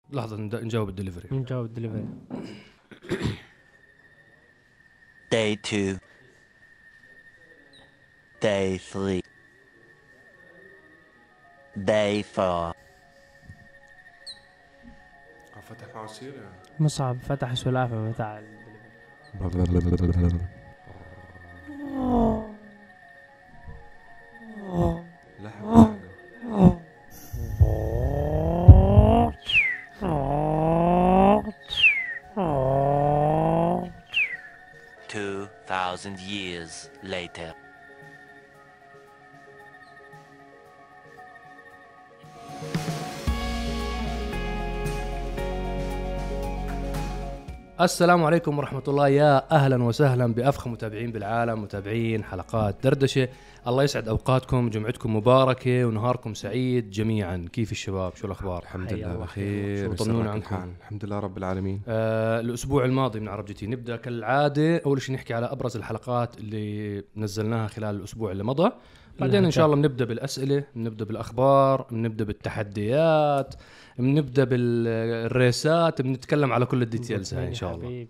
لحظة نجاوب الدليفري. نجاوب الدليفري. Day 2. Day 3. Day 4. فتح معصير يعني. مصعب فتح سلافة بتاع لحظة 2,000 years later. السلام عليكم ورحمة الله، يا أهلا وسهلا بأفخم متابعين بالعالم، متابعين حلقات دردشة. الله يسعد أوقاتكم، جمعتكم مباركة ونهاركم سعيد جميعا. كيف الشباب؟ شو الأخبار؟ الحمد لله بخير. طمنونا عنكم. الحمد لله رب العالمين. الأسبوع الماضي من عرب جي تي نبدأ كالعادة. أول شيء نحكي على أبرز الحلقات اللي نزلناها خلال الأسبوع اللي مضى، بعدين إن شاء الله بنبدأ بالأسئلة، بنبدأ بالأخبار، بنبدأ بالتحديات، بنبدأ بالريسات، بنتكلم على كل الديتيلز هاي إن شاء الله.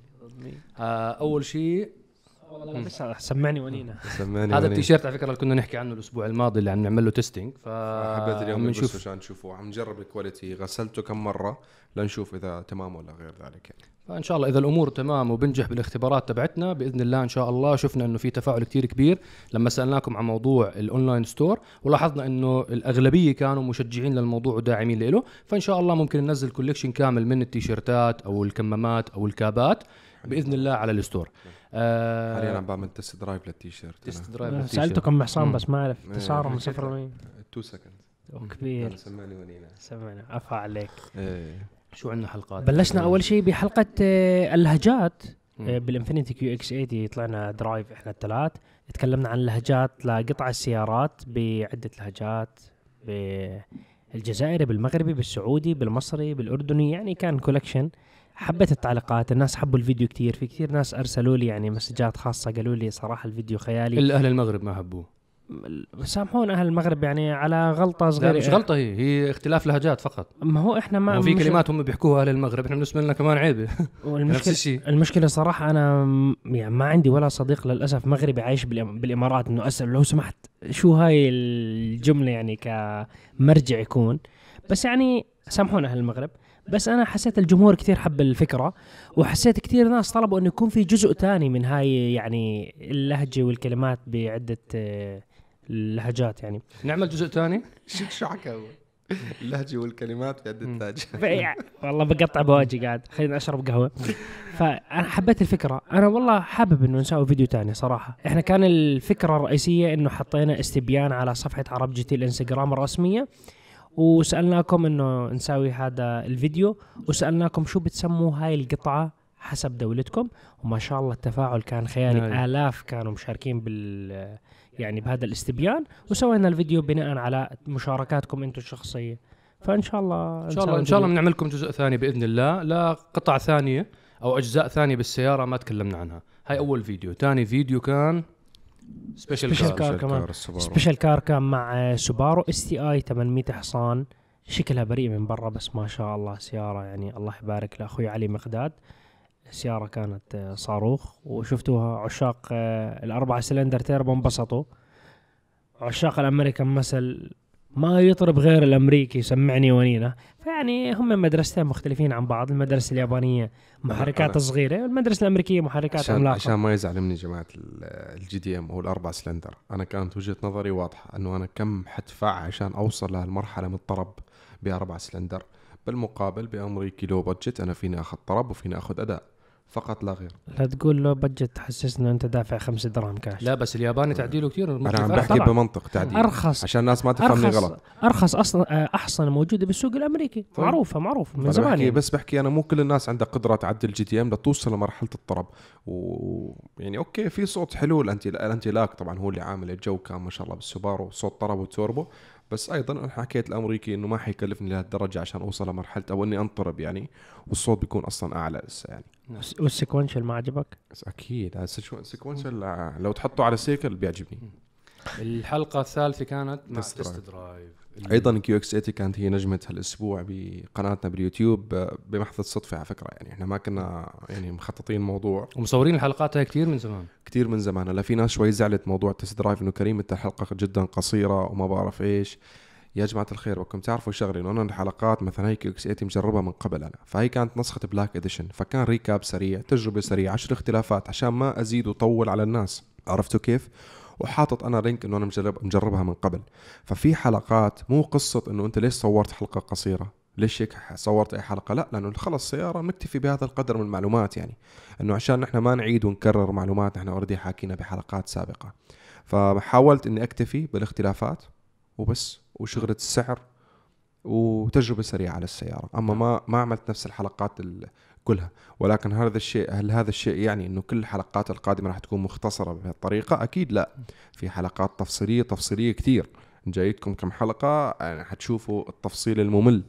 أول شيء بس سمعني ونينا. هذا التيشيرت على فكرة اللي كنا نحكي عنه الأسبوع الماضي اللي عم نعمل له تيستينج، فحبيت اليوم نشوف عشان نشوفه، عم نجرب الكواليتي، غسلته كم مرة لنشوف إذا تمام ولا غير ذلك يعني. فإن شاء الله إذا الأمور تمام وبنجح بالاختبارات تبعتنا بإذن الله إن شاء الله. شفنا إنه في تفاعل كتير كبير لما سألناكم عن موضوع الأونلاين ستور، ولاحظنا إنه الأغلبية كانوا مشجعين للموضوع وداعمين له. فإن شاء الله ممكن ننزل كوليكشن كامل من التيشيرتات أو الكمامات أو الكابات بإذن الله على الستور. حاليا عم بعمل تست درايف للتيشيرت. سألتكم حسام بس ما عرف تسارع من 0 ل 2 سكند. كبير. سمعني ونينا. سمعنا عفا عليك. شو عندنا حلقات؟ بلشنا أول شيء بحلقة اللهجات بالإنفينيتي كيو إكس 80. طلعنا درايف إحنا الثلاث، تكلمنا عن لهجات لقطع السيارات بعدة لهجات، بالجزائري، بالمغربي، بالسعودي، بالمصري، بالأردني. يعني كان كولكشن. حبيت التعليقات، الناس حبوا الفيديو كتير. في كتير ناس أرسلوا لي يعني مسجات خاصة قالوا لي صراحة الفيديو خيالي. الأهل المغرب ما حبوه، سامحون أهل المغرب يعني على غلطة صغيرة. مش غلطة، هي اختلاف لهجات فقط. ما هو إحنا ما في كلمات هم بيحكوها أهل المغرب إحنا بالنسبة لنا كمان عيبة. نفس الشيء. المشكلة صراحة أنا يعني ما عندي ولا صديق للأسف مغربي عايش بالإمارات إنه أسأل لو سمحت شو هاي الجملة يعني كمرجع يكون. بس يعني سامحون أهل المغرب. بس أنا حسيت الجمهور كتير حب الفكرة، وحسيت كتير ناس طلبوا إنه يكون في جزء تاني من هاي يعني اللهجة والكلمات بعدة اللهجات. يعني نعمل جزء تاني. شو حكى هو؟ اللهجة والكلمات في عدة لهجة. والله بقطع بواجي قاعد، خلينا أشرب قهوة. فأنا حبيت الفكرة. أنا والله حابب إنه نسوي فيديو تاني صراحة. إحنا كان الفكرة الرئيسية إنه حطينا استبيان على صفحة عرب جي تي الانستغرام الرسمية، وسألناكم إنه نسوي هذا الفيديو، وسألناكم شو بتسموا هاي القطعة حسب دولتكم، وما شاء الله التفاعل كان خيالي. آلاف كانوا مشاركين يعني بهذا الاستبيان، وسوينا الفيديو بناء على مشاركاتكم انتم الشخصية. فإن شاء الله إن شاء الله بنعمل لكم جزء ثاني بإذن الله، لا قطع ثانية أو أجزاء ثانية بالسيارة ما تكلمنا عنها. هاي أول فيديو. تاني فيديو كان سبيشال كار كمان. سبيشال كار كان مع سوبارو STI 800 حصان. شكلها بريء من برا بس ما شاء الله سيارة يعني الله يبارك لأخوي علي مقداد. السيارة كانت صاروخ، وشفتوها عشاق الأربعة سلندر تيربو انبسطوا. عشاق الأمريكان مثل ما يطرب غير الأمريكي سمعني ونينا. فيعني هم مدرستين مختلفين عن بعض. المدرسة اليابانية محركات صغيرة، والمدرسة الأمريكية محركات عملاقة. عشان ما يزعل مني جماعة الجي دي ام أو الأربع سلندر، أنا كانت وجهة نظري واضحة أنه أنا كم حدفع عشان أوصل لهالمرحلة من الطرب بأربع سلندر، بالمقابل بأمريكي لو بادجت أنا فيني أخذ طرب وفيني أخذ أداء فقط لا غير. لا تقول له بجت تحسسنا انت دافع 5 دراهم كاش. لا بس الياباني تعديله كتير. انا عم بحكي بمنطق تعديل ارخص عشان الناس ما تفهمني غلط. ارخص اصلا احسن موجوده بالسوق الامريكي. معروفه من زمان يعني. بس بحكي انا مو كل الناس عندها قدره تعدل جي تي ام لتوصل لمرحله الطرب. ويعني اوكي في صوت حلو الانتلاك طبعا هو اللي عامل الجو كان ما شاء الله بالسوبارو، صوت طرب وتوربو. بس ايضا انا حكيت الامريكي انه ما حيكلفني لهالدرجه عشان اوصل لمرحله او اني انطرب يعني، والصوت بيكون اصلا اعلى لسه يعني. والسيكونشل ما عجبك؟ اكيد السيكونشل لو تحطه على سيكل بيعجبني. الحلقه الثالثه كانت مع تست تست درايف. ايضا كيو اكس 80 كانت هي نجمه هالاسبوع بقناتنا باليوتيوب بمحض الصدفه على فكره. يعني احنا ما كنا يعني مخططين الموضوع ومصورين الحلقات هاي كثير من زمان. كتير من زمان. هلا في ناس شوي زعلت موضوع تست درايف انه كريم انت الحلقه جدا قصيره وما بعرف ايش. يا جماعه الخير بدكم تعرفوا شغله انه انا الحلقات مثلا هي كيو اكس 80 مجربها من قبل انا، فهي كانت نسخه بلاك اديشن، فكان ريكاب سريع، تجربه سريعه، 10 اختلافات عشان ما ازيد وطول على الناس. عرفتوا كيف؟ وحاطط انا لينك انه انا مجربها من قبل. ففي حلقات مو قصه انه انت ليش صورت حلقه قصيره، ليش هيك صورت اي حلقه، لا، لانه خلص سياره نكتفي بهذا القدر من المعلومات. يعني انه عشان نحن ما نعيد ونكرر معلومات نحن اوريدي حاكينا بحلقات سابقه. فحاولت اني اكتفي بالاختلافات وبس، وشغلة السعر وتجربة سريعة على السيارة. اما ما عملت نفس الحلقات كلها. ولكن هل هذا الشيء يعني انه كل الحلقات القادمة راح تكون مختصرة بهالطريقة؟ اكيد لا، في حلقات تفصيلية كتير جايتكم كم حلقة، يعني حتشوفوا التفصيل الممل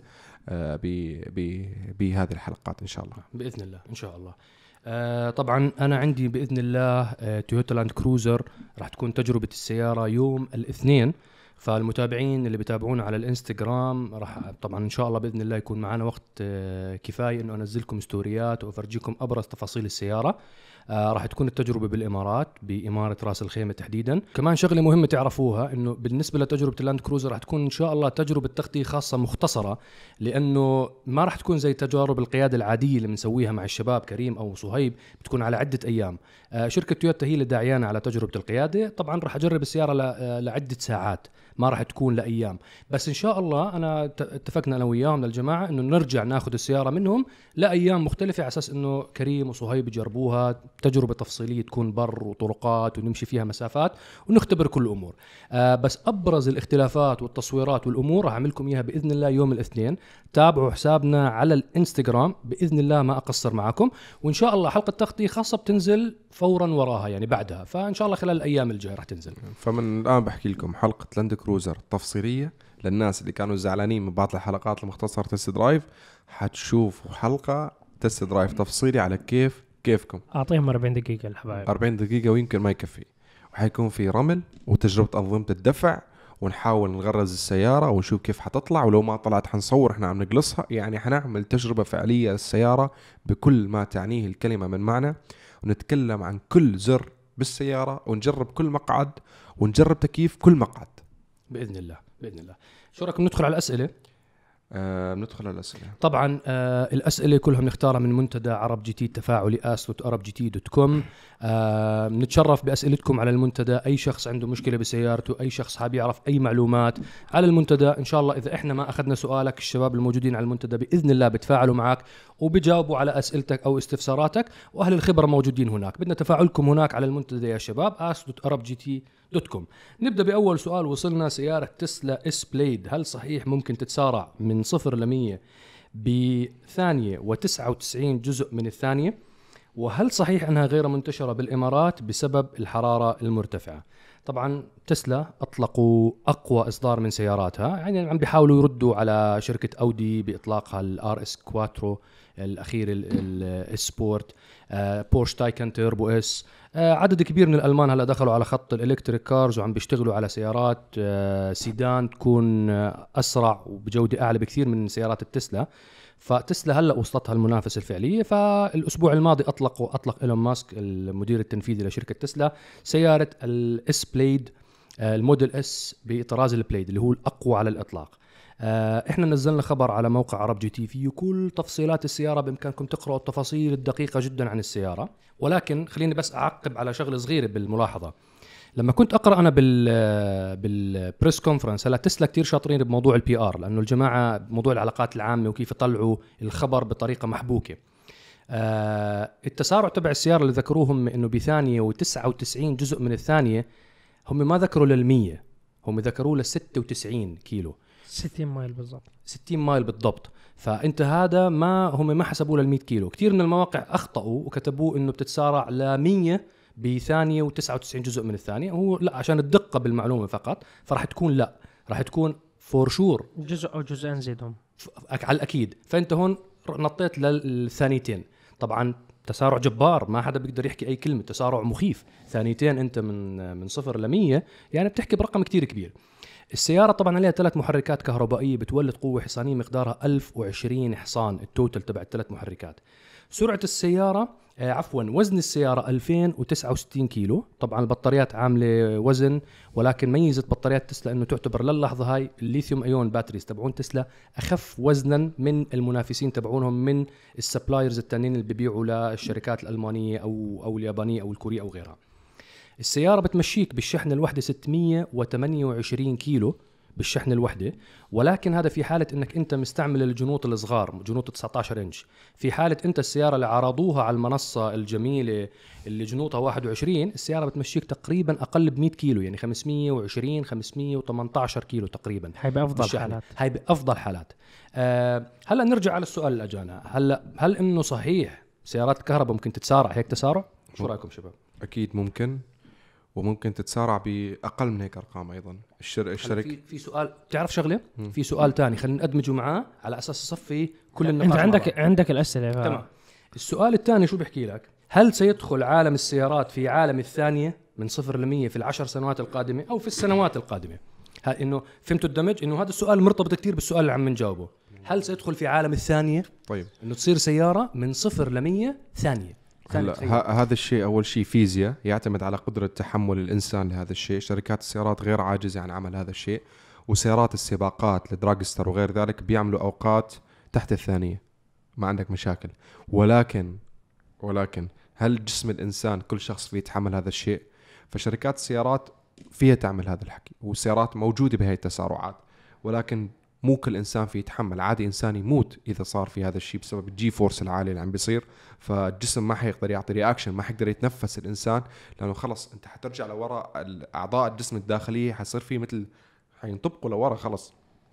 بهذه الحلقات ان شاء الله باذن الله. ان شاء الله. طبعا انا عندي باذن الله تويوتا لاند كروزر راح تكون تجربة السيارة يوم الاثنين. فالمتابعين اللي بيتابعونا على الانستغرام راح طبعا ان شاء الله باذن الله يكون معنا وقت كفايه انه انزلكم ستوريات وافرجيكم ابرز تفاصيل السياره. راح تكون التجربه بالامارات، باماره راس الخيمه تحديدا. كمان شغله مهمه تعرفوها انه بالنسبه لتجربه اللاند كروزر راح تكون ان شاء الله تجربه تغطيه خاصه مختصره، لانه ما راح تكون زي تجارب القياده العاديه اللي بنسويها مع الشباب كريم او صهيب، بتكون على عده ايام. شركه تويوتا هي اللي داعيانا على تجربه القياده. طبعا راح اجرب السياره لعده ساعات، ما راح تكون لايام. بس ان شاء الله انا اتفقنا انا وياهم للجماعه انه نرجع ناخذ السياره منهم لايام مختلفه، على اساس انه كريم وصهيب يجربوها تجربه تفصيليه، تكون بر وطرقات ونمشي فيها مسافات ونختبر كل الامور. بس ابرز الاختلافات والتصويرات والامور راح اعمل لكم اياها باذن الله يوم الاثنين. تابعوا حسابنا على الانستغرام باذن الله، ما اقصر معكم. وان شاء الله حلقه تغطيه خاصه بتنزل فورا وراها، يعني بعدها، فان شاء الله خلال الايام الجايه راح تنزل. فمن الان بحكي لكم حلقه لاند كروزر تفصيليه للناس اللي كانوا زعلانين من بعض الحلقات المختصره تست درايف. حتشوفوا حلقه تست درايف تفصيلي على كيفكم. اعطيهم 40 دقيقه الحبايب، 40 دقيقه ويمكن ما يكفي. وحيكون في رمل وتجربه انظمه الدفع، ونحاول نغرز السياره ونشوف كيف حتطلع، ولو ما طلعت حنصور احنا عم نقلصها. يعني حنعمل تجربه فعليه للسياره بكل ما تعنيه الكلمه من معنى، ونتكلم عن كل زر بالسياره، ونجرب كل مقعد، ونجرب تكييف كل مقعد باذن الله. باذن الله. شو رايكم ندخل على الاسئله؟ ندخل على الأسئلة. طبعا الأسئلة كلها بنختارها من منتدى عرب جي تي التفاعلي @arabgt.com. نتشرف بأسئلتكم على المنتدى. أي شخص عنده مشكلة بسيارته، أي شخص حاب يعرف أي معلومات على المنتدى، إن شاء الله إذا إحنا ما أخذنا سؤالك، الشباب الموجودين على المنتدى بإذن الله بتفاعلوا معك وبيجاوبوا على أسئلتك أو استفساراتك، وأهل الخبرة موجودين هناك. بدنا تفاعلكم هناك على المنتدى يا شباب @arabgt.com. نبدأ بأول سؤال. وصلنا سيارة تسلا اس بليد، هل صحيح ممكن تتسارع من 0 ل 100 بثانية و99 جزء من الثانية؟ وهل صحيح أنها غير منتشرة بالإمارات بسبب الحرارة المرتفعة؟ طبعا تسلا أطلقوا أقوى إصدار من سياراتها، يعني عم بيحاولوا يردوا على شركة أودي بإطلاقها الRS كواترو الأخير، السبورت، بورش تايكن تيربو اس. عدد كبير من الألمان هلا دخلوا على خط الإلكتريك كارز وعم بيشتغلوا على سيارات سيدان تكون أسرع وبجودة أعلى بكثير من سيارات التسلا. فتسلا هلا وصلتها المنافسة الفعلية. فالأسبوع الماضي أطلق إيلون ماسك المدير التنفيذي لشركة تسلا سيارة الاس بليد، الموديل اس بطراز البليد اللي هو الأقوى على الإطلاق. احنا نزلنا خبر على موقع عرب جي تي فيه كل تفصيلات السيارة، بإمكانكم تقرأوا التفاصيل الدقيقة جدا عن السيارة. ولكن خليني بس أعقب على شغلة صغيرة بالملاحظة. لما كنت أقرأ أنا بالبريس كونفرنس، هلا تسلا كتير شاطرين بموضوع البي آر، لأنه الجماعة بموضوع العلاقات العامة وكيف يطلعوا الخبر بطريقة محبوكة. التسارع تبع السيارة اللي ذكروهم إنه بثانية و99 جزء من الثانية، هم ما ذكروا لل100، هم ذكروا ل96 كيلو، 60 مايل بالضبط، 60 مايل بالضبط. فانت هذا هم ما حسبوه لل100 كيلو. كثير من المواقع اخطأوا وكتبوه انه بتتسارع ل100 بثانيه و99 جزء من الثانيه. هو لا، عشان الدقه بالمعلومه فقط، فراح تكون لا، راح تكون فور شور جزء او جزئين زيدهم على الاكيد. فانت هون نطيت للثانيتين. طبعا تسارع جبار، ما حدا بيقدر يحكي اي كلمه، تسارع مخيف. ثانيتين انت من 0 ل 100 يعني بتحكي برقم كتير كبير. السياره طبعا عليها 3 محركات كهربائيه بتولد قوه حصانيه مقدارها 1020 حصان، التوتال تبع ال3 محركات. سرعه السياره وزن السيارة 2069 كيلو. طبعا البطاريات عاملة وزن، ولكن ميزة بطاريات تسلا انه تعتبر للحظة هاي الليثيوم ايون باتريز تبعون تسلا اخف وزنا من المنافسين تبعونهم من السبلايرز التانيين اللي بيبيعوا للشركات الألمانية او اليابانية او الكورية او غيرها. السيارة بتمشيك بالشحنة الوحدة 628 كيلو بالشحنة الوحدة، ولكن هذا في حالة انك انت مستعمل الجنوط الصغار، جنوط 19 انش. في حالة انت السيارة اللي عرضوها على المنصة الجميلة اللي جنوطها 21، السيارة بتمشيك تقريبا اقل ب 100 كيلو، يعني 520 518 كيلو تقريبا. هاي بأفضل حالات. هاي بأفضل حالات. هلا نرجع على السؤال اللي اجانا. هل انه صحيح سيارات الكهرباء ممكن تتسارع هيك تسارع؟ شو رايكم شباب؟ اكيد ممكن، وممكن تتسارع باقل من هيك ارقام ايضا. الشركه في سؤال، تعرف شغله؟ في سؤال تاني خلينا ندمجه معاه على اساس يصفي كل النقاط. انت عندك الاسئله. تمام. السؤال الثاني شو بحكي لك؟ هل سيدخل عالم السيارات في عالم الثانيه من 0 ل 100 في ال10 سنوات القادمه او في السنوات القادمه؟ انه فهمتوا الدمج؟ انه هذا السؤال مرتبط كتير بالسؤال اللي عم نجاوبه. هل سيدخل في عالم الثانيه؟ طيب انه تصير سياره من 0 ل 100 ثانيه. هذا الشيء أول شيء فيزياء، يعتمد على قدرة تحمل الإنسان لهذا الشيء. شركات السيارات غير عاجزة عن عمل هذا الشيء، وسيارات السباقات الدراغستر وغير ذلك بيعملوا أوقات تحت الثانية، ما عندك مشاكل. ولكن هل جسم الإنسان كل شخص بيتحمل هذا الشيء؟ فشركات السيارات فيها تعمل هذا الحكي، والسيارات موجودة بهاي التسارعات، ولكن مو كل إنسان فيه يتحمل. عادي إنسان يموت إذا صار في هذا الشيء بسبب الجي فورس العالي اللي عم بيصير. فالجسم ما حيقدر يعطي رياكشن، ما حيقدر يتنفس الإنسان، لأنه خلص أنت حترجع لورا. الأعضاء الجسم الداخلية حيصير فيه مثل حينطبقوا لورا خلص.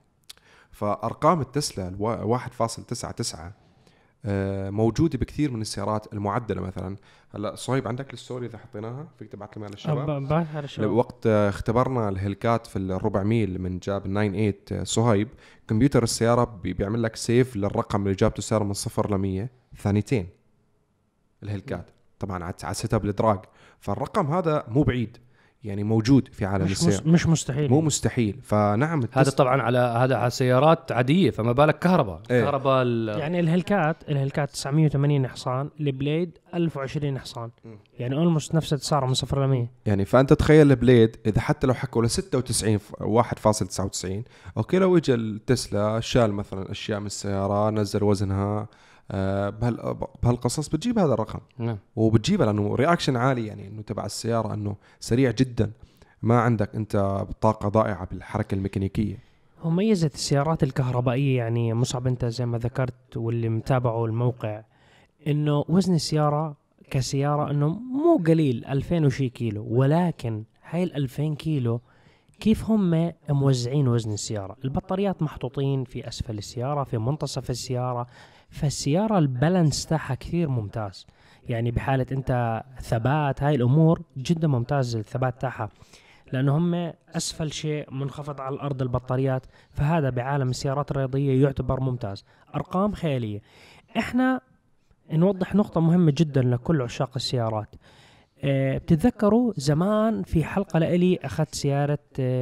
فأرقام التسلا 1.99 موجودة بكثير من السيارات المعدلة. مثلا هلا صهيب عندك الستوري إذا حطيناها فيك تبعت لي على الشباب. وقت اختبرنا الهلكات في الربع ميل من جاب 98 صهيب، كمبيوتر السيارة بيعمل لك سيف للرقم اللي جابته السيارة من 0 ل 100 ثانيتين الهلكات، طبعا على سيت اب الادراج. فالرقم هذا مو بعيد، يعني موجود في عالم السيارة، مش مستحيل، مو مستحيل. فنعم هذا طبعا على سيارات عاديه، فما بالك كهرباء. كهرباء يعني الهلكات 980 حصان، البليد 1020 حصان، يعني اولموست نفس التسارع من 0 ل 100. يعني فانت تخيل البليد اذا حتى لو حكوا ل 96 1.99 اوكي، لو اجى التسلا شال مثلا اشياء من السياره، نزل وزنها بهالقصص، بتجيب هذا الرقم. نعم. وبتجيبها لانه رياكشن عالي، يعني انه تبع السياره انه سريع جدا، ما عندك انت طاقه ضائعه بالحركه الميكانيكيه. هو ميزة السيارات الكهربائية يعني مصعب، انت زي ما ذكرت واللي متابعوا الموقع، انه وزن السيارة كسيارة انه مو قليل 2000 وشي كيلو، ولكن هاي 2000 كيلو كيف هم موزعين وزن السيارة؟ البطاريات محطوطين في اسفل السيارة، في منتصف السيارة، فالسيارة البالانس تاعها كثير ممتاز. يعني بحالة انت ثبات، هاي الامور جدا ممتاز الثبات تاعها، لأنه هم أسفل شيء منخفض على الأرض البطاريات، فهذا بعالم السيارات الرياضية يعتبر ممتاز. أرقام خيالية. إحنا نوضح نقطة مهمة جدا لكل عشاق السيارات. بتتذكروا زمان في حلقة لإلي أخذت سيارة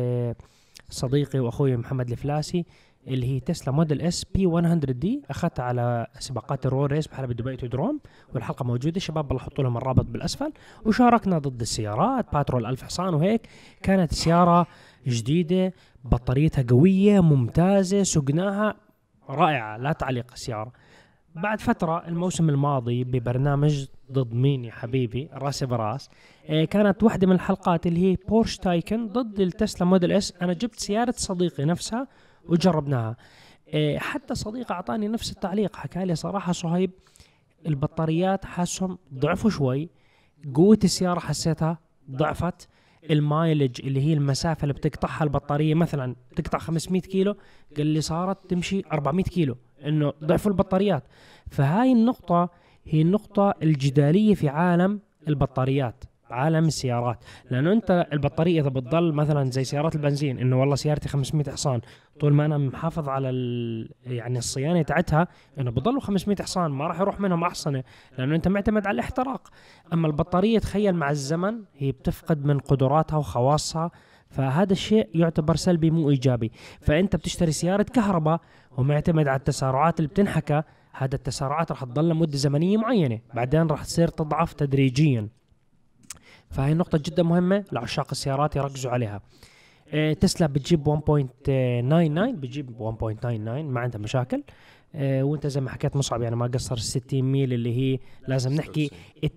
صديقي وأخوي محمد الفلاسي اللي هي تسلا موديل اس بي 100 دي، أخذتها على سباقات الرو ريس بحلبة دبي تودروم، والحلقة موجودة شباب، بحطوا لهم الرابط بالأسفل. وشاركنا ضد السيارات باترول 1000 حصان وهيك. كانت سيارة جديدة، بطاريتها قوية ممتازة، سقناها رائعة لا تعليق السيارة. بعد فترة الموسم الماضي ببرنامج ضد مين يا حبيبي راسي براس، كانت واحدة من الحلقات اللي هي بورش تايكن ضد التسلا موديل اس. أنا جبت سيارة صديقي نفسها وجربناها. حتى صديقي أعطاني نفس التعليق، حكى لي صراحة صهيب البطاريات حاسهم ضعفوا شوي، قوة السيارة حسيتها ضعفت، المايلج اللي هي المسافة اللي بتقطعها البطارية مثلا تقطع 500 كيلو، قال لي صارت تمشي 400 كيلو، إنه ضعفوا البطاريات. فهاي النقطة هي النقطة الجدالية في عالم البطاريات، عالم السيارات، لانه انت البطاريه اذا بتضل مثلا زي سيارات البنزين، انه والله سيارتي 500 حصان، طول ما انا محافظ على يعني الصيانه تاعتها، انه بضلوا 500 حصان، ما راح يروح منهم احصنه، لانه انت معتمد على الاحتراق. اما البطاريه تخيل مع الزمن هي بتفقد من قدراتها وخواصها، فهذا الشيء يعتبر سلبي مو ايجابي. فانت بتشتري سياره كهرباء ومعتمد على التسارعات اللي بتنحكى، هذا التسارعات راح تضل لمده زمنيه معينه، بعدين راح تصير تضعف تدريجيا. فهي نقطه جدا مهمه لعشاق السيارات يركزوا عليها. تسلا بتجيب 1.99، بتجيب 1.99 ما عندها مشاكل. وانت زي ما حكيت مصعب يعني ما قصر 60 ميل اللي هي لازم نحكي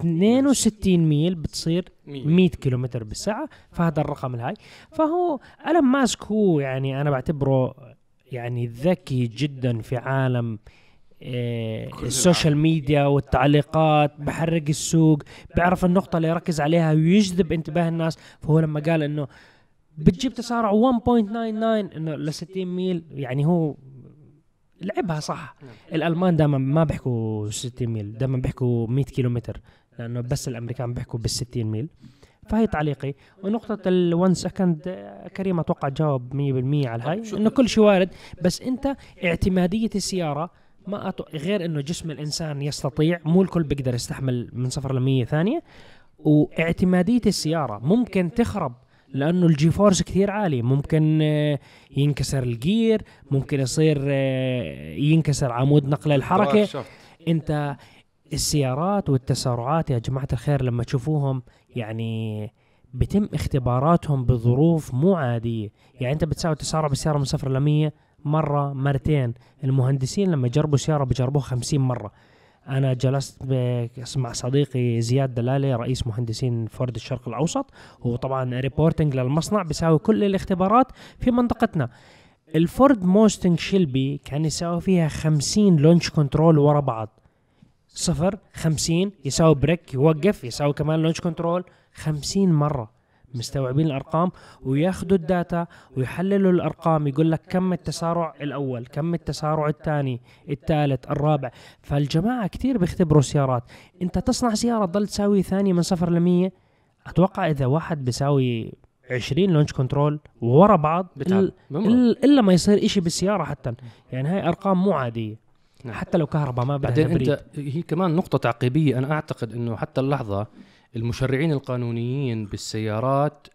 62 ميل بتصير 100 كيلومتر بالساعة، فهذا الرقم الهاي. فهو ألم ماسك هو يعني أنا بعتبره يعني ذكي جدا في عالم السوشيال ميديا والتعليقات، بحرق السوق، بيعرف النقطة اللي يركز عليها ويجذب انتباه الناس. فهو لما قال انه بتجيب تسارع 1.99 انه ل 60 ميل، يعني هو لعبها صح. الالمان دائما ما بيحكوا 60 ميل، دائما بيحكوا 100 كيلومتر، لانه بس الامريكان بيحكوا بال 60 ميل. فهي تعليقي. ونقطة ال1 سكند كريم اتوقع جاوب 100% على هاي، انه كل شيء وارد، بس انت اعتمادية السيارة ما غير انه جسم الانسان يستطيع، مو الكل بيقدر يستحمل من 0 ل 100 ثانية. واعتمادية السيارة ممكن تخرب لانه الجي فورس كثير عالي، ممكن ينكسر الجير، ممكن يصير ينكسر عمود نقل الحركة. انت السيارات والتسارعات يا جماعة الخير لما تشوفوهم يعني بتم اختباراتهم بظروف مو عادية. يعني انت بتساوي تسارع بالسيارة من 0 ل 100 مرة مرتين، المهندسين لما يجربوا سيارة بيجربوها 50 مرة. أنا جلست مع صديقي زياد دلالي رئيس مهندسين فورد الشرق الأوسط، وطبعا ريبورتنج للمصنع بيساوي كل الاختبارات في منطقتنا. الفورد موستنج شيلبي كان يساوي فيها 50 لونش كنترول ورا بعض، 0 50 يساوي بريك يوقف، يساوي كمان لونش كنترول 50 مرة. مستوعبين الأرقام؟ وياخدوا الداتا ويحللوا الأرقام، يقول لك كم التسارع الأول، كم التسارع الثاني، الثالث، الرابع. فالجماعة كتير بيختبروا سيارات. انت تصنع سيارة ضل تساوي ثانية من 0 ل 100، أتوقع إذا واحد بيساوي 20 لونش كنترول ورا بعض إلا ما يصير إشي بالسيارة حتى. يعني هاي أرقام مو عادية حتى لو كهرباء ما بدها تبريد. انت هي كمان نقطة تعقيبية، أنا أعتقد إنه حتى اللحظة المشرعين القانونيين بالسيارات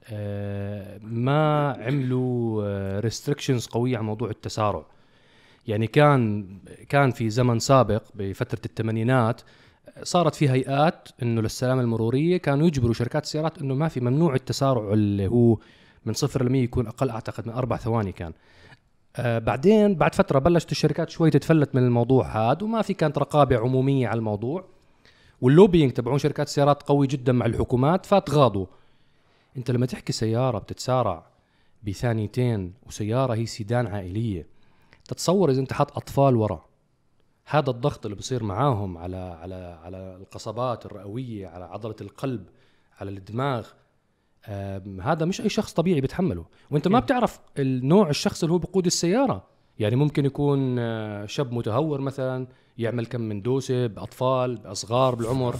ما عملوا ريستريكشنز قوية على موضوع التسارع. يعني كان في زمن سابق بفترة الثمانينات صارت في هيئات إنه للسلامة المرورية كانوا يجبروا شركات السيارات إنه ما في ممنوع التسارع اللي هو من 0 ل 100 يكون أقل أعتقد من 4 ثواني كان. بعدين بعد فترة بلشت الشركات شوي تتفلت من الموضوع هذا، وما في كانت رقابة عمومية على الموضوع، واللوبينج تبعون شركات السيارات قوي جدا مع الحكومات فتغاضوا. انت لما تحكي سيارة بتتسارع بثانيتين وسيارة هي سيدان عائلية، تتصور اذا انت حط اطفال ورا، هذا الضغط اللي بصير معاهم على القصبات الرئوية، على عضلة القلب، على الدماغ، هذا مش اي شخص طبيعي بيتحمله. وانت ما بتعرف النوع الشخص اللي هو بقود السيارة. يعني ممكن يكون شاب متهور مثلا يعمل كم من دوسة بأطفال بأصغار بالعمر.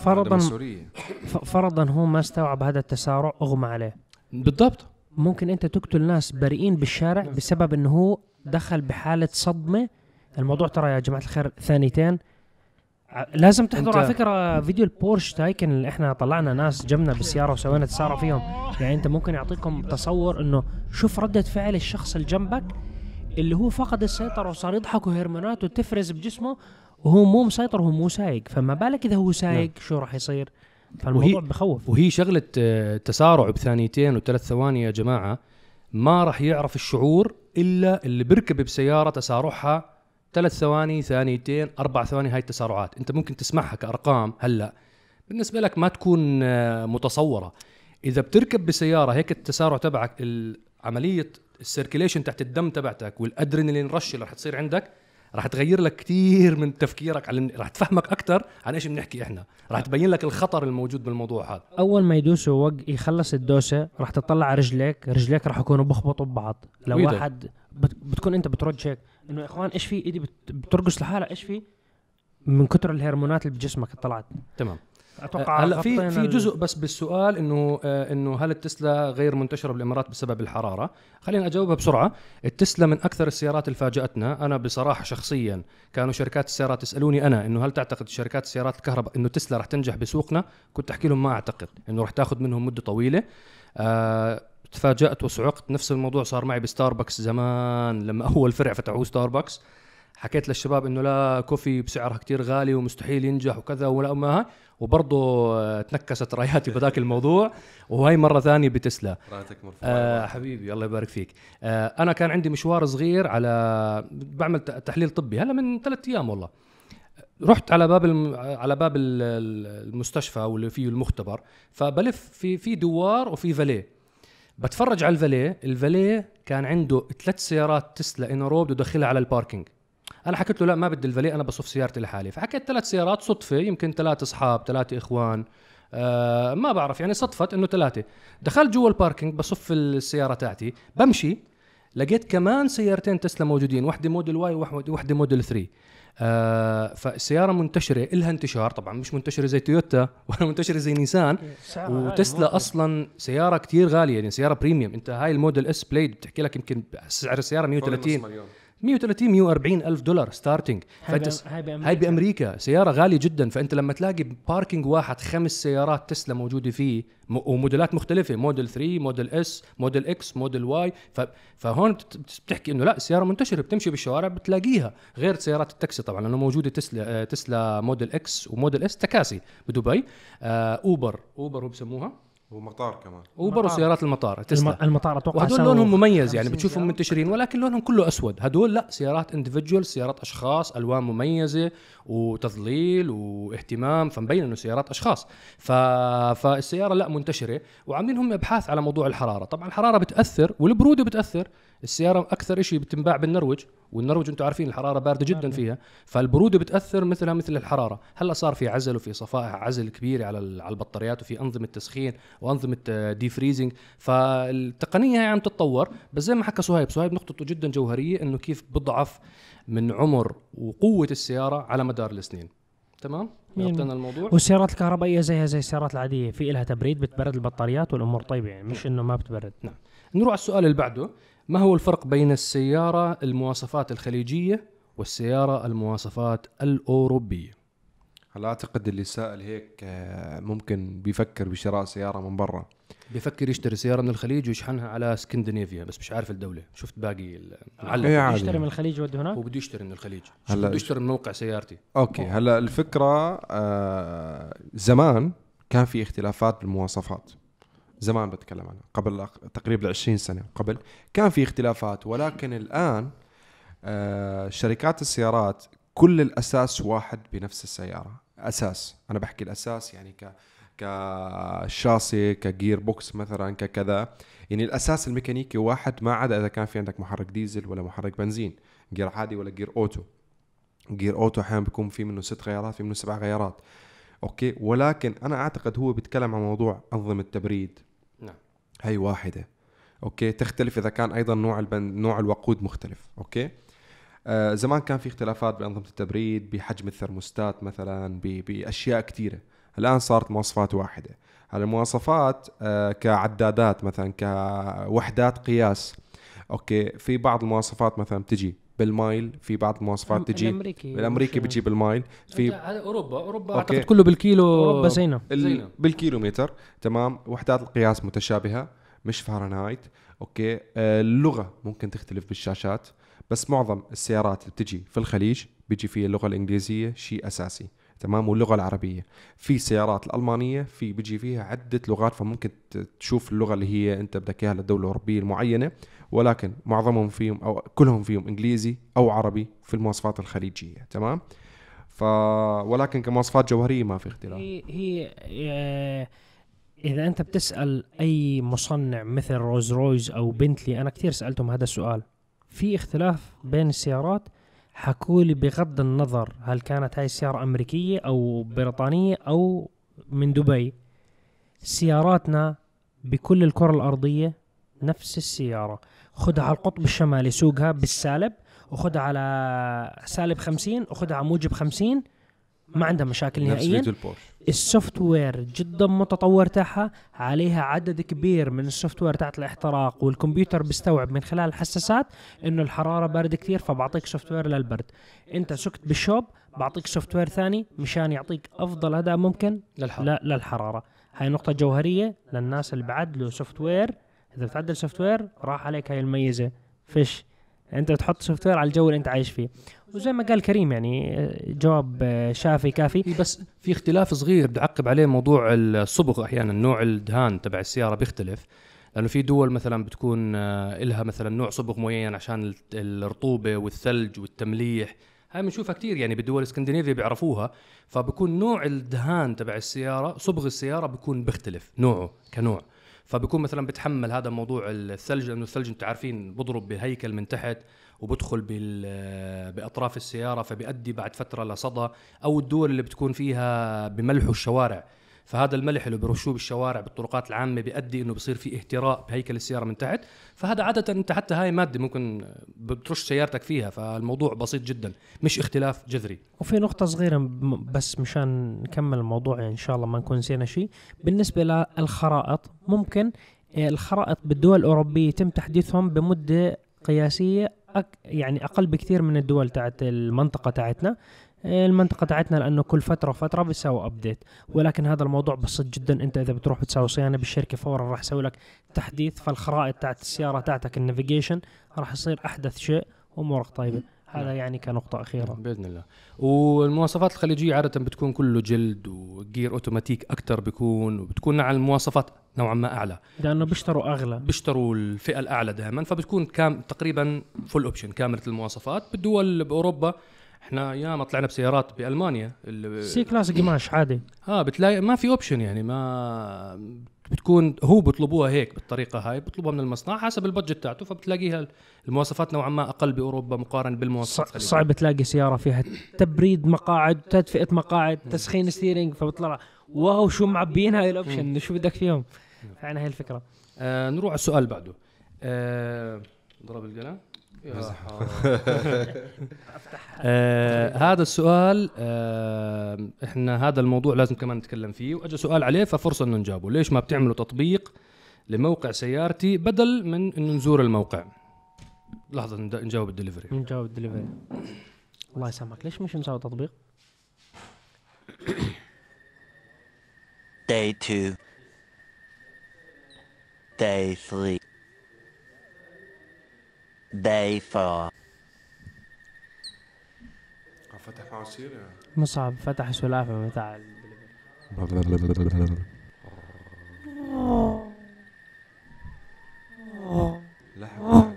فرضا هو ما استوعب هذا التسارع، أغمى عليه. بالضبط. ممكن أنت تقتل ناس بريئين بالشارع بسبب أنه هو دخل بحالة صدمة. الموضوع ترى يا جماعة الخير ثانيتين لازم تحضر على فكرة فيديو البورش تايكن اللي احنا طلعنا ناس جمنا بالسيارة وسوينا تسارع فيهم. يعني انت ممكن يعطيكم تصور انه شوف ردة فعل الشخص اللي جنبك اللي هو فقد السيطرة وصار يضحك وهرمونات وتفرز بجسمه وهو مو مسيطر وهو مو سايق. فما بالك إذا هو سايق شو راح يصير؟ فالموضوع بخوف. وهي شغلة تسارع بثانيتين و3 ثواني يا جماعة، ما راح يعرف الشعور إلا اللي بركب بسيارة تسارعها 3 ثواني، ثانيتين، 4 ثواني. هاي التسارعات انت ممكن تسمعها كأرقام هلأ بالنسبة لك ما تكون متصورة. إذا بتركب بسيارة هيك التسارع تبعك، عملية السيركيليشن تحت الدم تبعتك والأدرينالين رش اللي رح تصير عندك رح تغير لك كتير من تفكيرك، رح تفهمك أكتر عن إيش بنحكي إحنا، رح تبين لك الخطر الموجود بالموضوع هذا. أول ما يدوسوا يخلص الدوسة رح تطلع على رجليك رح يكونوا بخبطوا ببعض. لو واحد بتكون أنت بترد هيك إنه يا إخوان إيش في، إيدي بترقص لحالها إيش في، من كتر الهرمونات اللي بجسمك طلعت. تمام. اتوقع هلا في جزء بس بالسؤال انه هل التسلا غير منتشره بالامارات بسبب الحراره؟ خلينا اجاوبها بسرعه. التسلا من اكثر السيارات اللي فاجاتنا. انا بصراحه شخصيا كانوا شركات السيارات يسالوني انا انه هل تعتقد شركات السيارات الكهرباء انه تسلا رح تنجح بسوقنا؟ كنت احكي لهم ما اعتقد انه رح تاخذ منهم مده طويله. تفاجأت وصعقت. نفس الموضوع صار معي بستاربكس زمان لما اول فرع فتحوه ستاربكس. حكيت للشباب انه لا كوفي بسعرها كتير غالي ومستحيل ينجح وكذا ولا ما، وبرضه تنكست راياتي بذاك الموضوع. وهي مرة ثانية بتسلا. رايتك مرفوعة. حبيبي الله يبارك فيك. أنا كان عندي مشوار صغير على بعمل تحليل طبي هلا من 3 أيام والله. رحت على باب المستشفى واللي فيه المختبر، فبلف في دوار وفي فاليه. بتفرج على الفاليه كان عنده 3 سيارات تسلا إنرو بده يدخلها على الباركينج. انا حكيت له لا ما بدي الفاليه، انا بصف سيارتي لحالي. فحكيت 3 سيارات صدفه، يمكن 3 اصحاب 3 اخوان، ما بعرف يعني صدفت انه 3. دخلت جوا الباركينج بصف السياره تاعتي، بمشي لقيت كمان سيارتين تسلا موجودين، واحده موديل واي وواحده موديل 3. فالسياره منتشره، إلها انتشار طبعا، مش منتشره زي تويوتا ولا منتشره زي نيسان. وتسلا اصلا سياره كتير غاليه، يعني سياره بريميوم. انت هاي الموديل اس بليد بتحكي لك يمكن سعر السياره 140 ألف دولار ستارتنج. هاي بأمريكا سيارة غالية جدا. فأنت لما تلاقي باركينج واحد 5 سيارات تسلا موجودة فيه وموديلات مختلفة، موديل 3 موديل اس موديل اكس موديل واي، فهون بتحكي انه لا السيارة منتشرة، بتمشي بالشوارع بتلاقيها. غير سيارات التاكسي طبعا لأنه موجودة تسلا موديل اكس وموديل اس تكاسي بدبي. اوبر هو بسموها ومطار كمان اوبر وسيارات المطار تسلا. المطار اتوقع وهدول لونهم مميز، يعني بتشوفهم منتشرين ولكن لونهم كله اسود. هدول لا سيارات انديفيدوال، سيارات اشخاص، الوان مميزه وتظليل واهتمام، فمبين انه سيارات اشخاص. فالسياره لا منتشره. وعاملين هم ابحاث على موضوع الحراره. طبعا الحراره بتاثر والبروده بتاثر. السياره اكثر شيء بتنباع بالنرويج، والنرويج انتم عارفين الحراره بارده جدا فيها، فالبروده بتاثر مثلها مثل الحراره. هلا صار في عزل وفي صفائح عزل كبيره على البطاريات، وفي انظمه تسخين وانظمه دي فريزنج. فالتقنيه هي عم تتطور. بس زي ما حكى صهيب نقطته جدا جوهريه، انه كيف بضعف من عمر وقوه السياره على مدار السنين. تمام، غطينا الموضوع. والسيارات الكهربائيه زيها زي السيارات العاديه، في لها تبريد بتبرد البطاريات والامور طيبه، يعني مش انه ما بتبرد. نعم. نروح على السؤال اللي بعده. ما هو الفرق بين السيارة المواصفات الخليجية والسيارة المواصفات الأوروبية؟ هلا أعتقد اللي سائل هيك ممكن بيفكر بشراء سيارة من برا، بيفكر يشتري سيارة من الخليج ويشحنها على اسكندنافيا، بس مش عارف الدولة. شفت باقي المعلم يشتري من الخليج وده هناك، وبده يشتري من الخليج. هلا بده يشتري من موقع سيارتي. أوكي. هلا الفكرة زمان كان في اختلافات بالمواصفات. زمان بتكلم عنها قبل تقريبا 20 سنة قبل كان في اختلافات، ولكن الآن شركات السيارات كل الأساس واحد بنفس السيارة. أساس، أنا بحكي الأساس يعني كشاسي كجير بوكس مثلا ككذا، يعني الأساس الميكانيكي واحد، ما عدا إذا كان في عندك محرك ديزل ولا محرك بنزين، جير عادي ولا جير أوتو. جير أوتو أحيانا بيكون في منه 6 غيارات، في منه 7 غيارات. أوكي. ولكن أنا أعتقد هو بيتكلم عن موضوع أنظمة تبريد. نعم. هي واحدة. أوكي. تختلف إذا كان أيضا نوع الوقود مختلف. أوكي. زمان كان في اختلافات بأنظمة التبريد، بحجم الثرموستات مثلا، بأشياء كتيرة. الآن صارت مواصفات واحدة. هذه المواصفات كعدادات مثلا، كوحدات قياس. أوكي. في بعض المواصفات مثلا بتجي بالمايل، في بعض المواصفات تجي بالأمريكي بتجي بالمايل. في أوروبا أعتقد كله بالكيلو. أوروبا زينا بالكيلومتر. تمام. وحدات القياس متشابهة، مش فahrenheit. أوكي. اللغة ممكن تختلف بالشاشات، بس معظم السيارات اللي بتجي في الخليج بيجي فيها اللغة الإنجليزية شيء أساسي. تمام. واللغة العربية. في سيارات الألمانية بيجي فيها عدة لغات، فممكن تشوف اللغة اللي هي أنت بدك إياها للدولة الأوروبية المعينة، ولكن معظمهم فيهم أو كلهم فيهم إنجليزي أو عربي في المواصفات الخليجية. تمام. ولكن كمواصفات جوهرية ما في اختلاف. هي إذا أنت بتسأل أي مصنع مثل روز رويز أو بنتلي، أنا كتير سألتهم هذا السؤال، في اختلاف بين السيارات. حكولي بغض النظر هل كانت هاي السيارة أمريكية أو بريطانية أو من دبي، سياراتنا بكل الكرة الأرضية نفس السيارة. خدها على القطب الشمالي سوقها بالسالب، وخدها على سالب 50، وخدها على موجب 50، ما عندها مشاكل نفس نهائيا. فيديو البورش. السوفت وير جدا متطور تاعها، عليها عدد كبير من السوفت وير تاعت الاحتراق، والكمبيوتر بيستوعب من خلال الحساسات انه الحراره بارد كثير، فبعطيك سوفت وير للبرد. انت سكت بالشوب بعطيك سوفت وير ثاني مشان يعطيك افضل اداء ممكن للحراره. هاي نقطه جوهريه للناس اللي بعدلوا سوفت وير. اذا بتعدل سوفت وير راح عليك هاي الميزه فيش، انت بتحط سوفت وير على الجو اللي انت عايش فيه. وزي ما قال كريم يعني جواب شافي كافي. بس في اختلاف صغير بدي اعقب عليه، موضوع الصبغ. احيانا نوع الدهان تبع السياره بيختلف، لانه في دول مثلا بتكون إلها مثلا نوع صبغ معين عشان الرطوبه والثلج والتمليح. هاي بنشوفها كتير يعني بالدول الاسكندنافية بيعرفوها. فبكون نوع الدهان تبع السياره، صبغ السياره بيكون بيختلف نوعه كنوع. فبكون مثلا بتحمل هذا موضوع الثلج، لانه الثلج انتم عارفين بضرب بهيكل من تحت وبدخل باطراف السياره، فبيؤدي بعد فتره لصدى. او الدول اللي بتكون فيها بملحوا الشوارع، فهذا الملح اللي بيرشوه بالشوارع بالطرقات العامه بيؤدي انه بصير في اهتراء بهيكل السياره من تحت. فهذا عاده انت حتى هاي ماده ممكن بترش سيارتك فيها، فالموضوع بسيط جدا مش اختلاف جذري. وفي نقطه صغيره بس مشان نكمل الموضوع يعني ان شاء الله ما نكون نسينا شيء. بالنسبه للخرائط، ممكن الخرائط بالدول الاوروبيه يتم تحديثهم بمده قياسيه يعني اقل بكثير من الدول تاعت المنطقه تاعتنا. المنطقة تاعتنا لأنه كل فترة وفترة بيساوي أبديت، ولكن هذا الموضوع بسيط جدا. أنت إذا بتروح بتساوي صيانة بالشركة فورا راح يسوي لك تحديث، فالخرائط تاعت السيارة تاعتك النافيجيشن راح يصير أحدث شيء وأمورك طيبة. هذا يعني كنقطة أخيرة بإذن الله. والمواصفات الخليجية عادة بتكون كله جلد وجير أوتوماتيك أكتر بيكون، وبتكون على المواصفات نوعا ما أعلى لأنه بيشتروا أغلى، بيشتروا الفئة الأعلى دائما، فبتكون تقريبا فول أوبشن كاملة المواصفات. بالدول بأوروبا احنا ياما طلعنا بسيارات بألمانيا سي كلاس قماش عادي، بتلاقي ما في اوبشن، يعني ما بتكون هو بيطلبوها هيك بالطريقه هاي، بيطلبوها من المصنع حسب البادجت تاعته، فبتلاقيها المواصفات نوعا ما اقل باوروبا مقارنه بالمواصفات. صعب تلاقي سياره فيها تبريد مقاعد، تدفئه مقاعد، تسخين ستيرنج، فبطلع واو شو معبين هاي الاوبشن، شو بدك فيهم. يعني هاي الفكره. نروح على السؤال بعده. ضرب القلم. هذا السؤال احنا هذا الموضوع لازم كمان نتكلم فيه، واجى سؤال عليه ففرصه انه نجاوبه. ليش ما بتعملوا تطبيق لموقع سيارتي بدل من انه نزور الموقع؟ لحظه نجاوب الدليفري. نجاوب الدليفري. الله يسامحك، ليش مش مسوي تطبيق؟ Day 2. Day 3. Day 4. فتح معه سير مصعب فتح سلافة بتاع لحظة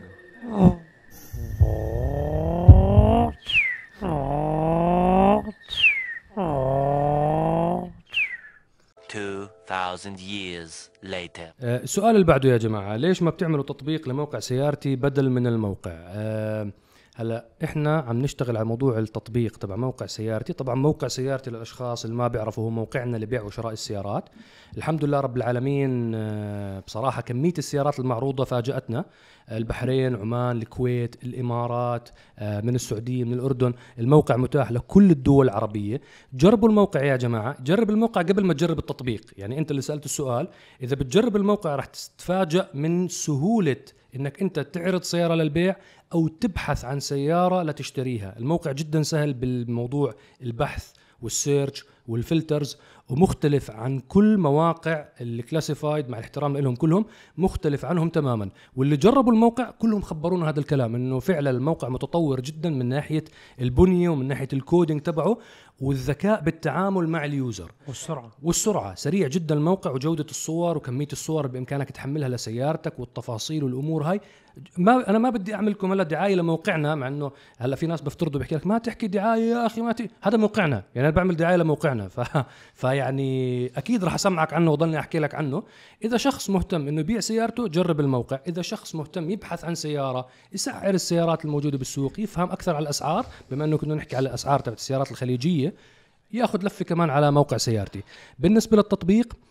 2000 years later. السؤال اللي بعده يا جماعة، ليش ما بتعملوا تطبيق لموقع سيارتي بدل من الموقع؟ هلا احنا عم نشتغل على موضوع التطبيق تبع موقع سيارتي. طبعا موقع سيارتي للاشخاص اللي ما بيعرفوا هو موقعنا لبيع وشراء السيارات. الحمد لله رب العالمين، بصراحة كمية السيارات المعروضة فاجأتنا. البحرين، عمان، الكويت، الامارات، من السعودية، من الاردن. الموقع متاح لكل الدول العربية. جربوا الموقع يا جماعة، جرب الموقع قبل ما تجرب التطبيق. يعني انت اللي سألت السؤال، اذا بتجرب الموقع راح تتفاجأ من سهولة انك انت تعرض سيارة للبيع او تبحث عن سيارة لتشتريها. الموقع جدا سهل بالموضوع البحث والسيرش والفلترز، ومختلف عن كل مواقع الكلاسيفايد، مع الاحترام لهم كلهم مختلف عنهم تماما. واللي جربوا الموقع كلهم خبرونا هذا الكلام، انه فعلا الموقع متطور جدا من ناحية البنية ومن ناحية الكودينج تبعه والذكاء بالتعامل مع اليوزر والسرعة. سريع جدا الموقع، وجودة الصور وكمية الصور بإمكانك تحملها لسيارتك والتفاصيل والأمور هاي. أنا ما بدي أعمل لكم هلا دعاية لموقعنا، مع إنه هلا في ناس بفترضوا بيحكي لك ما تحكي دعاية يا أخي، هذا موقعنا، يعني أنا بعمل دعاية لموقعنا. فيعني أكيد رح أسمعك عنه وضلني أحكي لك عنه. إذا شخص مهتم إنه يبيع سيارته جرب الموقع. إذا شخص مهتم يبحث عن سيارة، يسعر السيارات الموجودة بالسوق، يفهم أكثر على الأسعار، بما إنه كنا نحكي على الأسعار تبع السيارات الخليجية، ياخذ لفة كمان على موقع سيارتي. بالنسبة للتطبيق،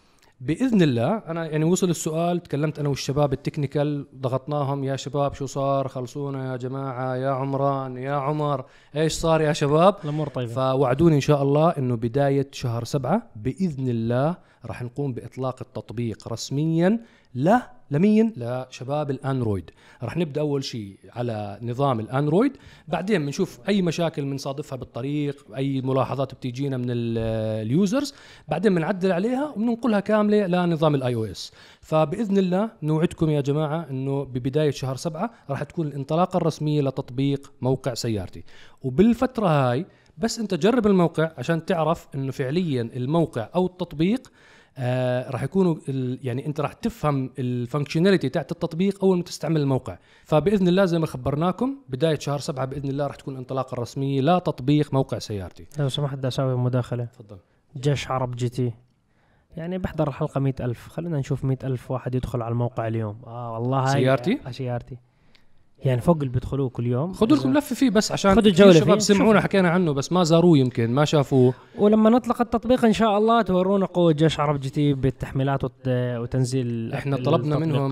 باذن الله. انا يعني وصل السؤال، تكلمت انا والشباب التكنيكال، ضغطناهم يا شباب شو صار، خلصونا يا جماعه، يا عمران يا عمر ايش صار يا شباب. الامور طيبه. فوعدوني ان شاء الله انه بدايه شهر 7 باذن الله راح نقوم باطلاق التطبيق رسميا لمين؟ لشباب الاندرويد. راح نبدا اول شيء على نظام الاندرويد، بعدين بنشوف اي مشاكل بنصادفها بالطريق، اي ملاحظات بتيجينا من اليوزرز، بعدين بنعدل عليها وبننقلها كامله لنظام الاي او اس. فباذن الله نوعدكم يا جماعه انه ببدايه شهر 7 راح تكون الانطلاقه الرسميه لتطبيق موقع سيارتي. وبالفتره هاي بس انت جرب الموقع عشان تعرف انه فعليا الموقع او التطبيق راح يكونوا يعني انت راح تفهم الفانكشناليتي تاعت التطبيق اول ما تستعمل الموقع. فباذن الله زي ما خبرناكم بدايه شهر 7 باذن الله راح تكون الانطلاقه الرسميه لتطبيق موقع سيارتي. لو سمحت بدي اسوي مداخله. تفضل. جيش عرب جي تي يعني بحضر الحلقه 100,000، خلينا نشوف 100,000 واحد يدخل على الموقع اليوم. والله هاي سيارتي سيارتي يعني فوق اللي بيدخلوه كل يوم. خذوا لكم لفه فيه بس عشان خذوا الجوله الشباب فيه. سمعونا حكينا عنه بس ما زاروه، يمكن ما شافوه. ولما نطلق التطبيق ان شاء الله تورونا قوه جيش عرب جي تي بالتحميلات وتنزيل. احنا طلبنا منهم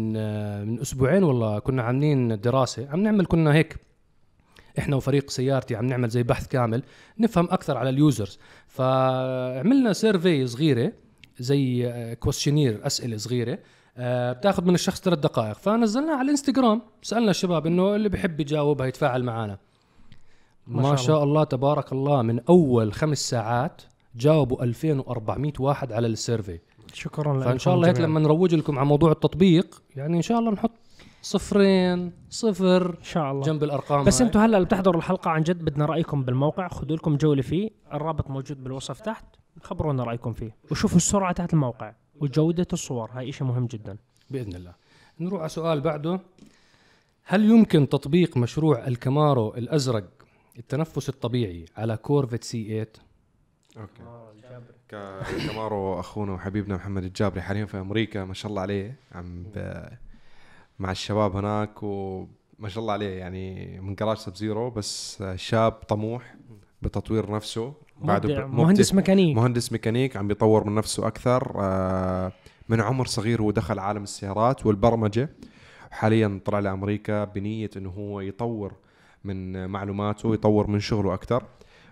من اسبوعين والله، كنا عاملين دراسه، عم نعمل كنا هيك احنا وفريق سيارتي عم نعمل زي بحث كامل نفهم اكثر على اليوزرز. فعملنا سيرفي صغيره زي كويشنير، اسئله صغيره بتاخذ من الشخص 3 دقائق، فنزلناها على الانستغرام، سالنا الشباب انه اللي بيحب يجاوب هيتفاعل معنا. ما شاء الله تبارك الله، من اول 5 ساعات جاوبوا 2400 واحد على السيرفي. شكرا لكم. فان شاء الله هيك لما نروج لكم على موضوع التطبيق يعني ان شاء الله نحط 0 0 ان شاء الله جنب الارقام. بس انتم هلا اللي بتحضروا الحلقه عن جد بدنا رايكم بالموقع، خذوا لكم جوله فيه، الرابط موجود بالوصف تحت، خبرونا رايكم فيه وشوفوا السرعه تحت الموقع وجوده الصور، هاي شيء مهم جدا باذن الله. نروح على سؤال بعده. هل يمكن تطبيق مشروع الكامارو الازرق التنفس الطبيعي على كورفت سي 8؟ اوكي. كامارو اخونا وحبيبنا محمد الجابري حاليا في امريكا، ما شاء الله عليه، مع الشباب هناك، وما شاء الله عليه يعني من جراج سب زيرو، بس شاب طموح بتطوير نفسه. بعده مهندس ميكانيك عم بيطور من نفسه اكثر. من عمر صغير هو دخل عالم السيارات والبرمجه، وحاليا طلع لامريكا بنيه انه هو يطور من معلوماته ويطور من شغله اكثر.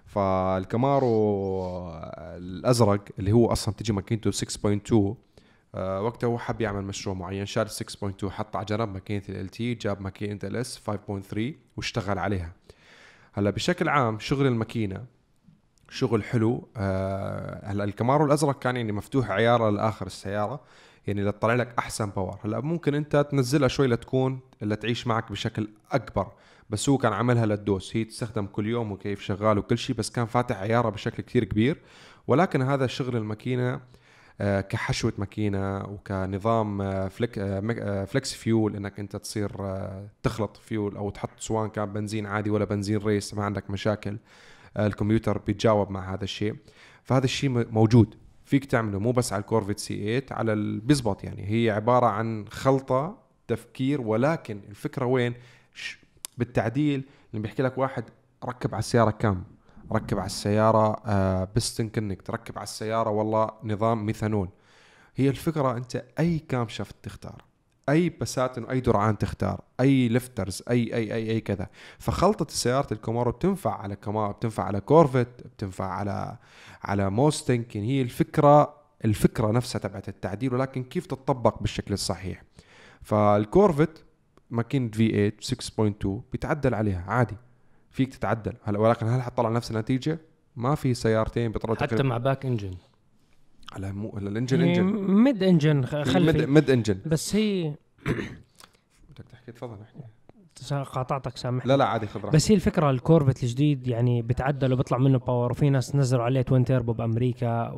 فالكامارو الازرق اللي هو اصلا تجي ماكينته 6.2، وقتها هو حب يعمل مشروع معين، شال 6.2 حط على جنب ماكينه ال LT، جاب ماكينه LS 5.3 واشتغل عليها. هلا بشكل عام شغل الماكينه شغل حلو. هلا الكامارو الازرق كان يعني مفتوح عياره لاخر السياره، يعني لتطلع لك احسن باور. هلا ممكن انت تنزلها شوي لتكون اللي تعيش معك بشكل اكبر، بس هو كان عملها للدوس، هي تستخدم كل يوم وكيف شغال وكل شيء، بس كان فاتح عياره بشكل كتير كبير. ولكن هذا شغل الماكينه كحشوة ماكينة وكنظام فليكس فيول، انك انت تصير تخلط فيول او تحط سواء كان بنزين عادي ولا بنزين ريس، ما عندك مشاكل. الكمبيوتر بيتجاوب مع هذا الشيء، فهذا الشيء موجود فيك تعمله مو بس على الكورفت سي 8 على بيزبط. يعني هي عبارة عن خلطة تفكير، ولكن الفكرة وين بالتعديل. اللي بيحكي لك واحد ركب على السيارة كام، ركب على السيارة بستن كنك، تركب على السيارة والله نظام ميثانول. هي الفكرة انت اي كام شافت تختار، اي بساتن، اي درعان تختار، اي لفترز، اي كذا. فخلطة السيارة الكامارو بتنفع على كامارو، بتنفع على كورفت، بتنفع على موستنج. يعني هي الفكرة نفسها تبعت التعديل، ولكن كيف تطبق بالشكل الصحيح. فالكورفت ماكينة V8 6.2 بيتعدل عليها عادي، فيك تتعدل. هلا ولكن هل حطلع نفس النتيجة؟ ما في سيارتين بيطلعوا حتى مع باك انجن. على مو الانجن ميد انجن خلفي ميد انجن، بس هي بدك تحكي تفضل احكي. قاطعتك سامح. لا عادي خذ راحتك. بس هي الفكره الكورفت الجديد يعني بتعدل وبيطلع منه باور، وفي ناس نزلوا عليه توين تيربو بامريكا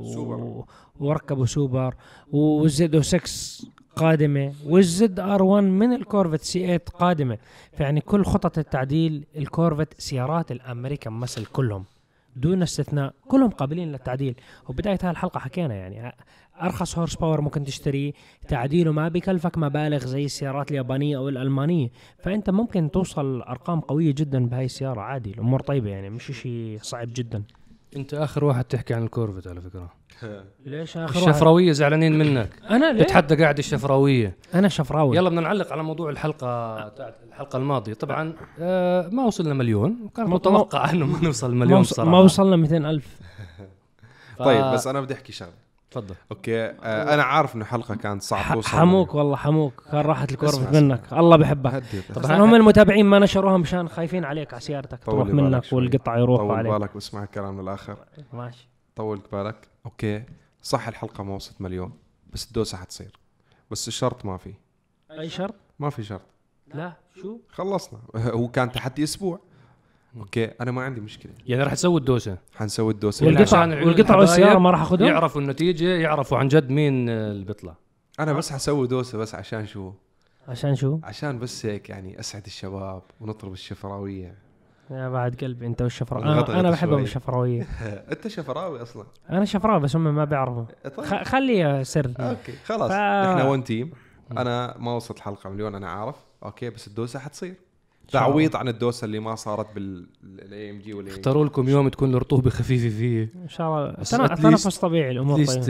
وركبوا سوبر، والزد 6 قادمه، والزد R1 من الكورفت سي 8 قادمه. فيعني كل خطط التعديل الكورفت سيارات الامريكان مثل كلهم دون استثناء كلهم قابلين للتعديل. وبداية هذه الحلقة حكينا يعني أرخص هورس باور ممكن تشتريه، تعديله ما بكلفك مبالغ زي السيارات اليابانية أو الألمانية، فأنت ممكن توصل أرقام قوية جدا بهاي السيارة عادي. الأمور طيبة يعني مش شيء صعب جدا. انت اخر واحد تحكي عن الكورفت على فكره. ليش اخر واحد؟ الشفراويه زعلانين منك. انا ليه؟ تتحدى قاعد الشفراويه. انا شفراوي. يلا بدنا نعلق على موضوع الحلقه الماضيه. طبعا ما وصلنا مليون، وكان متوقع انه ما نوصل مليون صراحه. ما وصلنا 200,000. طيب بس انا بدي احكي شغله. تفضل. اوكي انا عارف انه حلقه كانت صعب توصل. حموك والله حموك، كان راحت الكورفت منك. الله بحبك. هدي. طبعا هم المتابعين ما نشروها مشان خايفين عليك على سيارتك تروح منك والقطع يروحوا عليك. طول بالك واسمع الكلام للاخر. ماشي. طول بالك. اوكي صح الحلقه ما وصلت مليون، بس الدوسه حتصير. بس الشرط ما في. اي شرط؟ ما في شرط. لا شو خلصنا. هو كان تحدي اسبوع. اوكي انا ما عندي مشكله، يعني راح تسوي الدوسه، حنسوي الدوسه والقطع والسياره ما راح اخذهم. يعرفوا النتيجه، يعرفوا عن جد مين اللي بيطلع. انا بس حسوي دوسه بس عشان شو؟ عشان بس هيك يعني اسعد الشباب ونطلب الشفراويه. يا بعد قلبي انت والشفراويه. انا بحبهم الشفراويه. انت شفراوي اصلا. انا شفراوي بس هم ما بيعرفوا. خليه سر. اوكي خلاص احنا وان تيم. انا ما وصلت الحلقه مليون انا عارف. اوكي بس الدوسه حتصير تعويض عن الدوسه اللي ما صارت بالاي ام جي. اختاروا لكم يوم تكون الرطوبه خفيفه فيه ان شاء الله. تنفس طبيعي الامور طيبه.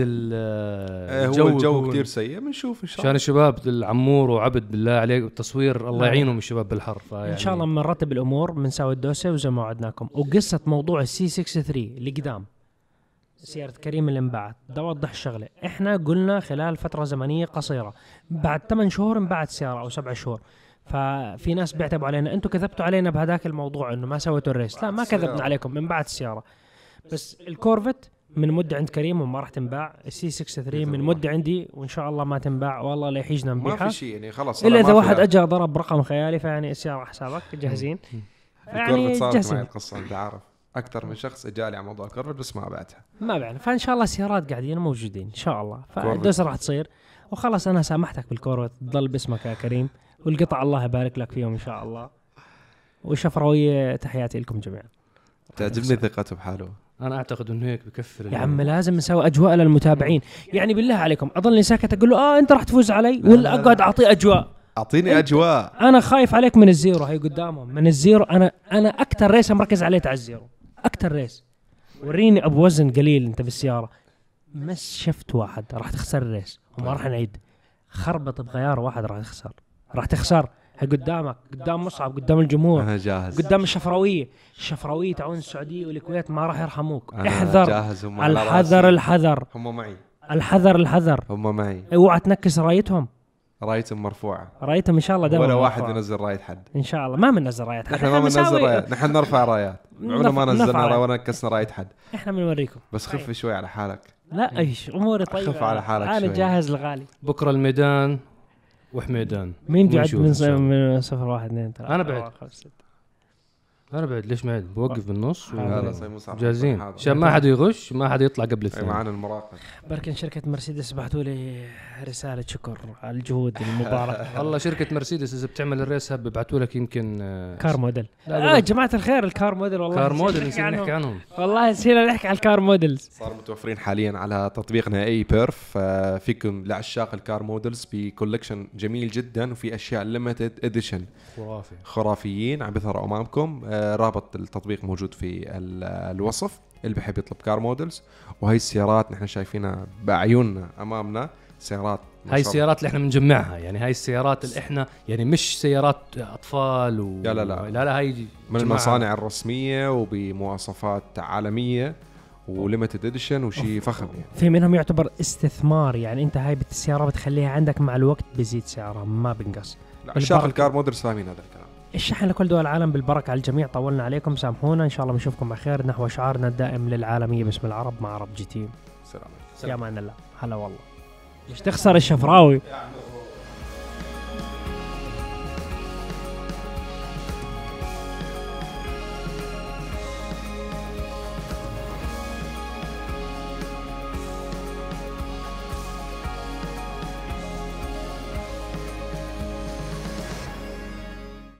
هو الجو كثير سيء. بنشوف ان شاء الله. عشان الشباب العمور وعبد بالله عليك التصوير الله يعينهم الشباب بالحر. ان شاء الله بنرتب الامور بنسوي الدوسه وزي ما وعدناكم. وقصه موضوع السي 63 اللي قدام سيارة كريم اللي انباعت ده وضح الشغله. احنا قلنا خلال فتره زمنيه قصيره بعد 8 شهور انباعت السياره او 7 شهور. ففي ناس بيعتبوا علينا انتم كذبتوا علينا بهذاك الموضوع انه ما سويتوا الريس. لا ما كذبنا عليكم، من بعد السياره. بس الكورفت من مدة عند كريم وما راح تنباع. السي 63 من مدة عندي وان شاء الله ما تنباع والله لا يحيجنا نبيعها. ما في شيء يعني خلاص. الا اذا واحد اجى ضرب رقم خيالي فيعني السياره حسابك جاهزين. يعني صارت معي القصه انت عارف. اكثر من شخص اجالي على موضوع الكورفت بس ما بعتها. ما بعنا. فان شاء الله السيارات قاعدين موجودين ان شاء الله. فالدوسه راح تصير وخلاص. انا سامحتك بالكورفت تضل باسمك يا كريم. والقطع الله يبارك لك فيهم ان شاء الله. والشفراويه تحياتي لكم جميعا. تعجبني ثقته بحاله. انا اعتقد انه هيك بكفر يا عم لازم نسوي اجواء للمتابعين. يعني بالله عليكم اضلني ساكت اقول له انت راح تفوز علي ولا اقعد اعطيه اجواء؟ اعطيني اجواء. انا خايف عليك من الزيرو. هي قدامهم من الزيرو. انا اكثر ريس مركز عليه على الزيرو. اكثر ريس. وريني ابو وزن قليل انت بالسياره. مس شفت واحد راح تخسر الريس وما راح نعيد. خربط بغيار واحد راح تخسر. هي قدامك قدام مصعب قدام الجمهور. انا جاهز. قدام الشفراويه تعون السعوديه والكويت ما راح يرحموك. احذر. الحذر. هم معي. الحذر. هم معي. اوعى تنكس رايتهم مرفوعه. رايتهم ان شاء الله ولا واحد ينزل رايه حد. ان شاء الله ما بننزل رايات حد. نحن ما بننزل رايات. نحن نرفع رايات. عمرنا ما نزلنا ولا نكسنا رايه حد. احنا بنوريكم. بس خف شوي على حالك. لا ايش اموري طيبه. خف على حالك انا شوي. جاهز لغالي. بكره الميدان وحميدان. مين بيعد من 0 1 2 3 انا بعد 5 6. انا بعد ليش ما بوقف بالنص جاهزين عشان ما حد يغش ما حد يطلع قبل الثاني. معنا المراقب. بركن شركه مرسيدس بعثوا لي رساله شكر على الجهود المباركه. والله شركه مرسيدس اذا بتعمل الريس هب بيبعثوا لك يمكن كار موديل. جماعه الخير الكار موديل والله كار موديل نسينا نحكي عنهم. والله نسينا نحكي على الكار موديلز. صار متوفرين حاليا على تطبيقنا اي بيرف. فيكم لعشاق الكار موديلز بكولكشن جميل جدا وفي اشياء ليميتد اديشن خرافيين عم بيظهروا امامكم. رابط التطبيق موجود في الوصف اللي بحب يطلب كار موديلز. وهي السيارات نحن شايفينها بعيوننا امامنا. سيارات هاي السيارات اللي احنا بنجمعها يعني هاي السيارات اللي احنا يعني مش سيارات اطفال لا هاي من المصانع الرسميه وبمواصفات عالميه وليميتد اديشن وشي فخم يعني. في منهم يعتبر استثمار. يعني انت هاي السياره بتخليها عندك مع الوقت بزيد سعرها ما بنقص. عشاق الكار موديلز فاهمين هذا الكلام. الشحن لكل دول العالم بالبركة على الجميع. طولنا عليكم سامحونا. إن شاء الله بنشوفكم على خير نحو شعارنا الدائم للعالمية باسم العرب مع عرب جي تي. سلام. يا مان الله. هلا والله. مش تخسر الشفراوي.